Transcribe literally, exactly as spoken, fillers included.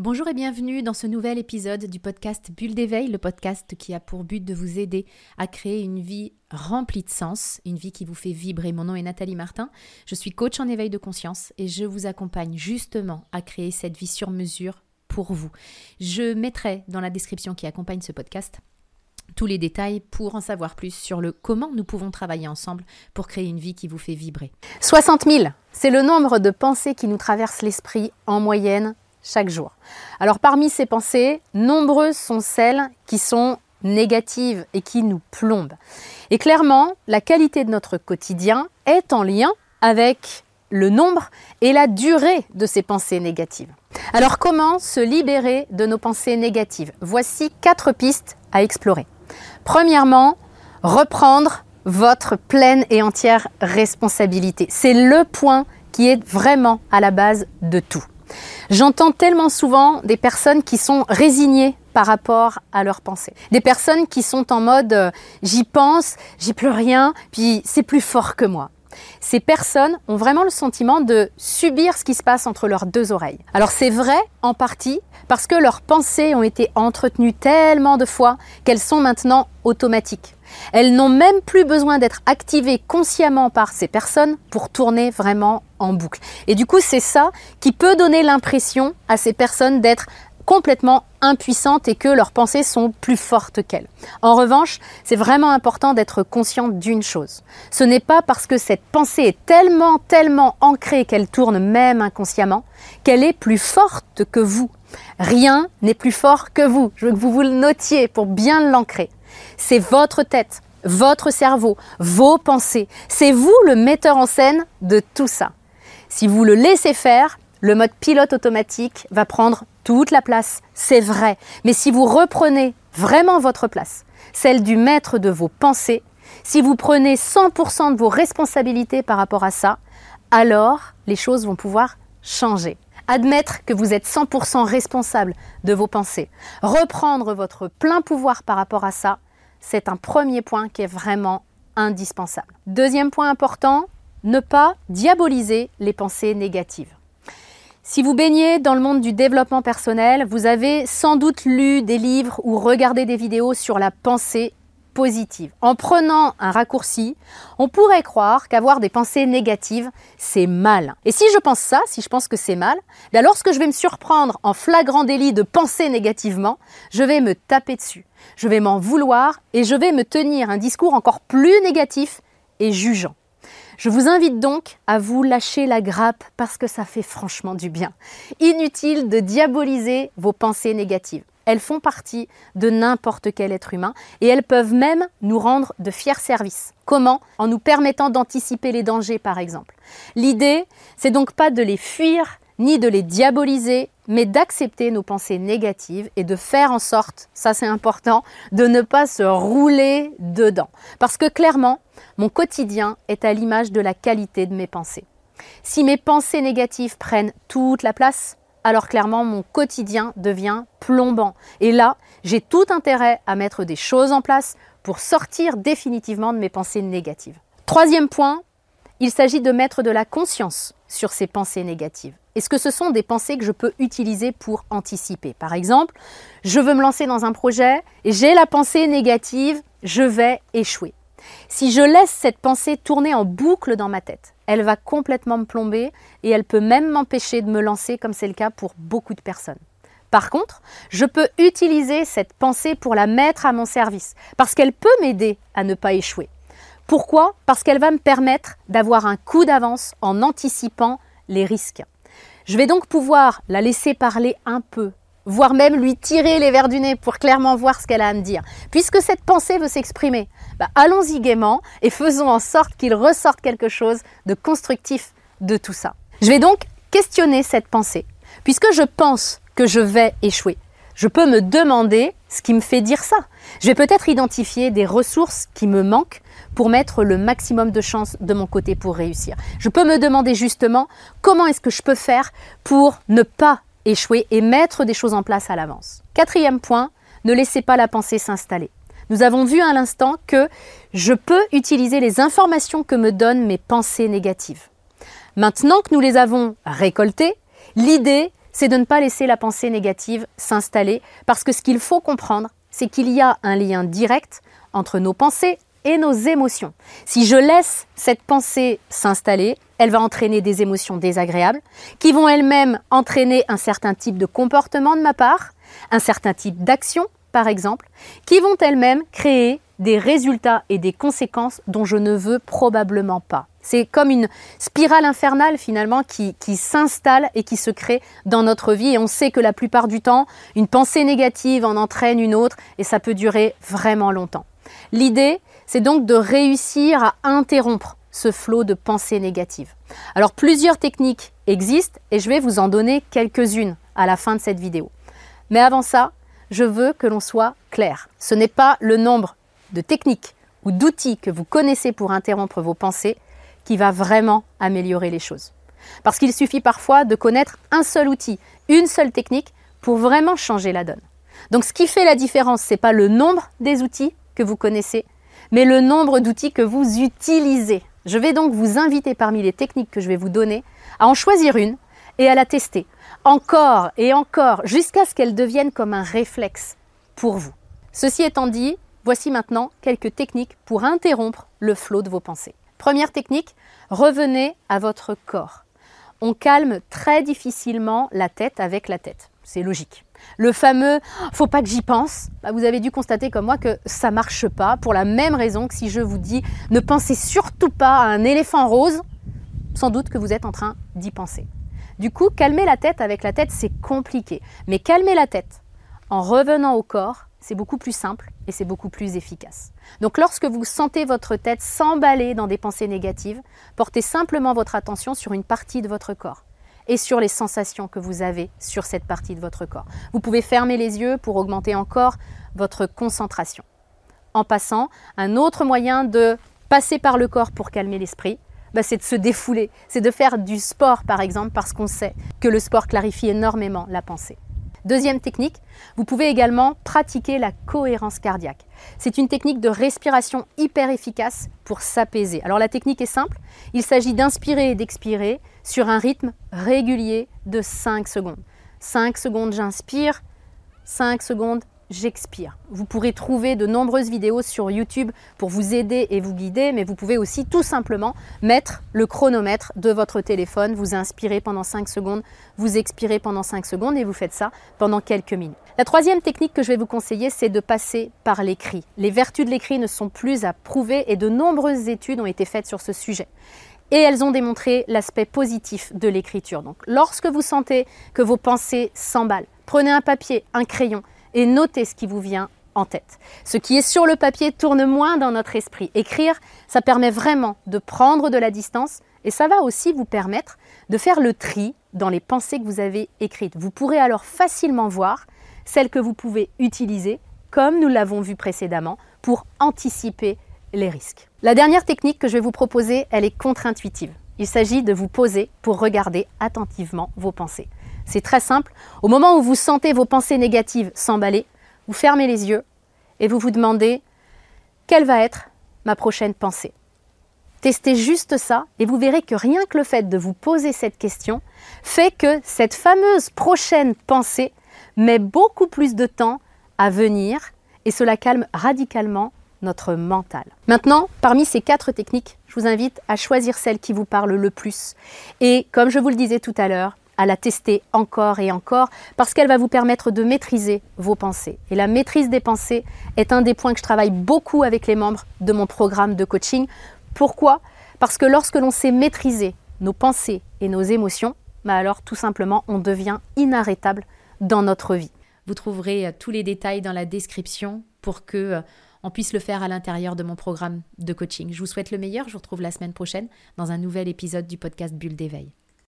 Bonjour et bienvenue dans ce nouvel épisode du podcast Bulle d'éveil, le podcast qui a pour but de vous aider à créer une vie remplie de sens, une vie qui vous fait vibrer. Mon nom est Nathalie Martin, je suis coach en éveil de conscience et je vous accompagne justement à créer cette vie sur mesure pour vous. Je mettrai dans la description qui accompagne ce podcast tous les détails pour en savoir plus sur le comment nous pouvons travailler ensemble pour créer une vie qui vous fait vibrer. soixante mille, c'est le nombre de pensées qui nous traversent l'esprit en moyenne chaque jour. Alors parmi ces pensées, nombreuses sont celles qui sont négatives et qui nous plombent. Et clairement, la qualité de notre quotidien est en lien avec le nombre et la durée de ces pensées négatives. Alors comment se libérer de nos pensées négatives? Voici quatre pistes à explorer. Premièrement, reprendre votre pleine et entière responsabilité. C'est le point qui est vraiment à la base de tout. J'entends tellement souvent des personnes qui sont résignées par rapport à leurs pensées. Des personnes qui sont en mode euh, « j'y pense, j'y peux rien, puis c'est plus fort que moi ». Ces personnes ont vraiment le sentiment de subir ce qui se passe entre leurs deux oreilles. Alors c'est vrai en partie parce que leurs pensées ont été entretenues tellement de fois qu'elles sont maintenant automatiques. Elles n'ont même plus besoin d'être activées consciemment par ces personnes pour tourner vraiment en boucle. Et du coup, c'est ça qui peut donner l'impression à ces personnes d'être complètement impuissantes et que leurs pensées sont plus fortes qu'elles. En revanche, c'est vraiment important d'être consciente d'une chose. Ce n'est pas parce que cette pensée est tellement, tellement ancrée qu'elle tourne même inconsciemment qu'elle est plus forte que vous. Rien n'est plus fort que vous. Je veux que vous vous le notiez pour bien l'ancrer. C'est votre tête, votre cerveau, vos pensées. C'est vous le metteur en scène de tout ça. Si vous le laissez faire, le mode pilote automatique va prendre toute la place, c'est vrai. Mais si vous reprenez vraiment votre place, celle du maître de vos pensées, si vous prenez cent pour cent de vos responsabilités par rapport à ça, alors les choses vont pouvoir changer. Admettre que vous êtes cent pour cent responsable de vos pensées, reprendre votre plein pouvoir par rapport à ça, c'est un premier point qui est vraiment indispensable. Deuxième point important, ne pas diaboliser les pensées négatives. Si vous baignez dans le monde du développement personnel, vous avez sans doute lu des livres ou regardé des vidéos sur la pensée positive. En prenant un raccourci, on pourrait croire qu'avoir des pensées négatives, c'est mal. Et si je pense ça, si je pense que c'est mal, bien lorsque je vais me surprendre en flagrant délit de penser négativement, je vais me taper dessus. Je vais m'en vouloir et je vais me tenir un discours encore plus négatif et jugeant. Je vous invite donc à vous lâcher la grappe parce que ça fait franchement du bien. Inutile de diaboliser vos pensées négatives. Elles font partie de n'importe quel être humain et elles peuvent même nous rendre de fiers services. Comment? En nous permettant d'anticiper les dangers par exemple. L'idée, c'est donc pas de les fuir ni de les diaboliser, mais d'accepter nos pensées négatives et de faire en sorte, ça c'est important, de ne pas se rouler dedans. Parce que clairement, mon quotidien est à l'image de la qualité de mes pensées. Si mes pensées négatives prennent toute la place, alors clairement mon quotidien devient plombant. Et là, j'ai tout intérêt à mettre des choses en place pour sortir définitivement de mes pensées négatives. Troisième point, il s'agit de mettre de la conscience sur ces pensées négatives. Est-ce que ce sont des pensées que je peux utiliser pour anticiper? Par exemple, je veux me lancer dans un projet et j'ai la pensée négative, je vais échouer. Si je laisse cette pensée tourner en boucle dans ma tête, elle va complètement me plomber et elle peut même m'empêcher de me lancer comme c'est le cas pour beaucoup de personnes. Par contre, je peux utiliser cette pensée pour la mettre à mon service parce qu'elle peut m'aider à ne pas échouer. Pourquoi? Parce qu'elle va me permettre d'avoir un coup d'avance en anticipant les risques. Je vais donc pouvoir la laisser parler un peu, voire même lui tirer les vers du nez pour clairement voir ce qu'elle a à me dire. Puisque cette pensée veut s'exprimer, bah allons-y gaiement et faisons en sorte qu'il ressorte quelque chose de constructif de tout ça. Je vais donc questionner cette pensée. Puisque je pense que je vais échouer, je peux me demander ce qui me fait dire ça. Je vais peut-être identifier des ressources qui me manquent pour mettre le maximum de chances de mon côté pour réussir. Je peux me demander justement comment est-ce que je peux faire pour ne pas échouer et mettre des choses en place à l'avance. Quatrième point, ne laissez pas la pensée s'installer. Nous avons vu à l'instant que je peux utiliser les informations que me donnent mes pensées négatives. Maintenant que nous les avons récoltées, l'idée, c'est de ne pas laisser la pensée négative s'installer parce que ce qu'il faut comprendre, c'est qu'il y a un lien direct entre nos pensées et nos émotions. Si je laisse cette pensée s'installer, elle va entraîner des émotions désagréables qui vont elles-mêmes entraîner un certain type de comportement de ma part, un certain type d'action par exemple, qui vont elles-mêmes créer des résultats et des conséquences dont je ne veux probablement pas. C'est comme une spirale infernale finalement qui, qui s'installe et qui se crée dans notre vie et on sait que la plupart du temps, une pensée négative en entraîne une autre et ça peut durer vraiment longtemps. L'idée, c'est donc de réussir à interrompre ce flot de pensées négatives. Alors plusieurs techniques existent et je vais vous en donner quelques-unes à la fin de cette vidéo. Mais avant ça, je veux que l'on soit clair. Ce n'est pas le nombre de techniques ou d'outils que vous connaissez pour interrompre vos pensées qui va vraiment améliorer les choses. Parce qu'il suffit parfois de connaître un seul outil, une seule technique pour vraiment changer la donne. Donc ce qui fait la différence, ce n'est pas le nombre des outils que vous connaissez, mais le nombre d'outils que vous utilisez. Je vais donc vous inviter parmi les techniques que je vais vous donner à en choisir une et à la tester encore et encore jusqu'à ce qu'elle devienne comme un réflexe pour vous. Ceci étant dit, voici maintenant quelques techniques pour interrompre le flot de vos pensées. Première technique, revenez à votre corps. On calme très difficilement la tête avec la tête. C'est logique. Le fameux « faut pas que j'y pense », bah vous avez dû constater comme moi que ça ne marche pas pour la même raison que si je vous dis « ne pensez surtout pas à un éléphant rose », sans doute que vous êtes en train d'y penser. Du coup, calmer la tête avec la tête, c'est compliqué. Mais calmer la tête en revenant au corps, c'est beaucoup plus simple et c'est beaucoup plus efficace. Donc lorsque vous sentez votre tête s'emballer dans des pensées négatives, portez simplement votre attention sur une partie de votre corps et sur les sensations que vous avez sur cette partie de votre corps. Vous pouvez fermer les yeux pour augmenter encore votre concentration. En passant, un autre moyen de passer par le corps pour calmer l'esprit, bah, c'est de se défouler, c'est de faire du sport par exemple parce qu'on sait que le sport clarifie énormément la pensée. Deuxième technique, vous pouvez également pratiquer la cohérence cardiaque. C'est une technique de respiration hyper efficace pour s'apaiser. Alors la technique est simple, il s'agit d'inspirer et d'expirer sur un rythme régulier de cinq secondes. cinq secondes j'inspire, cinq secondes j'expire. Vous pourrez trouver de nombreuses vidéos sur YouTube pour vous aider et vous guider, mais vous pouvez aussi tout simplement mettre le chronomètre de votre téléphone, vous inspirez pendant cinq secondes, vous expirez pendant cinq secondes et vous faites ça pendant quelques minutes. La troisième technique que je vais vous conseiller, c'est de passer par l'écrit. Les vertus de l'écrit ne sont plus à prouver et de nombreuses études ont été faites sur ce sujet. Et elles ont démontré l'aspect positif de l'écriture. Donc, lorsque vous sentez que vos pensées s'emballent, prenez un papier, un crayon, et notez ce qui vous vient en tête. Ce qui est sur le papier tourne moins dans notre esprit. Écrire, ça permet vraiment de prendre de la distance et ça va aussi vous permettre de faire le tri dans les pensées que vous avez écrites. Vous pourrez alors facilement voir celles que vous pouvez utiliser, comme nous l'avons vu précédemment, pour anticiper les risques. La dernière technique que je vais vous proposer, elle est contre-intuitive. Il s'agit de vous poser pour regarder attentivement vos pensées. C'est très simple. Au moment où vous sentez vos pensées négatives s'emballer, vous fermez les yeux et vous vous demandez quelle va être ma prochaine pensée. Testez juste ça et vous verrez que rien que le fait de vous poser cette question fait que cette fameuse prochaine pensée met beaucoup plus de temps à venir et cela calme radicalement notre mental. Maintenant, parmi ces quatre techniques, je vous invite à choisir celle qui vous parle le plus. Et comme je vous le disais tout à l'heure, à la tester encore et encore parce qu'elle va vous permettre de maîtriser vos pensées. Et la maîtrise des pensées est un des points que je travaille beaucoup avec les membres de mon programme de coaching. Pourquoi ? Parce que lorsque l'on sait maîtriser nos pensées et nos émotions, bah alors tout simplement on devient inarrêtable dans notre vie. Vous trouverez tous les détails dans la description pour que on puisse le faire à l'intérieur de mon programme de coaching. Je vous souhaite le meilleur, je vous retrouve la semaine prochaine dans un nouvel épisode du podcast Bulle d'éveil.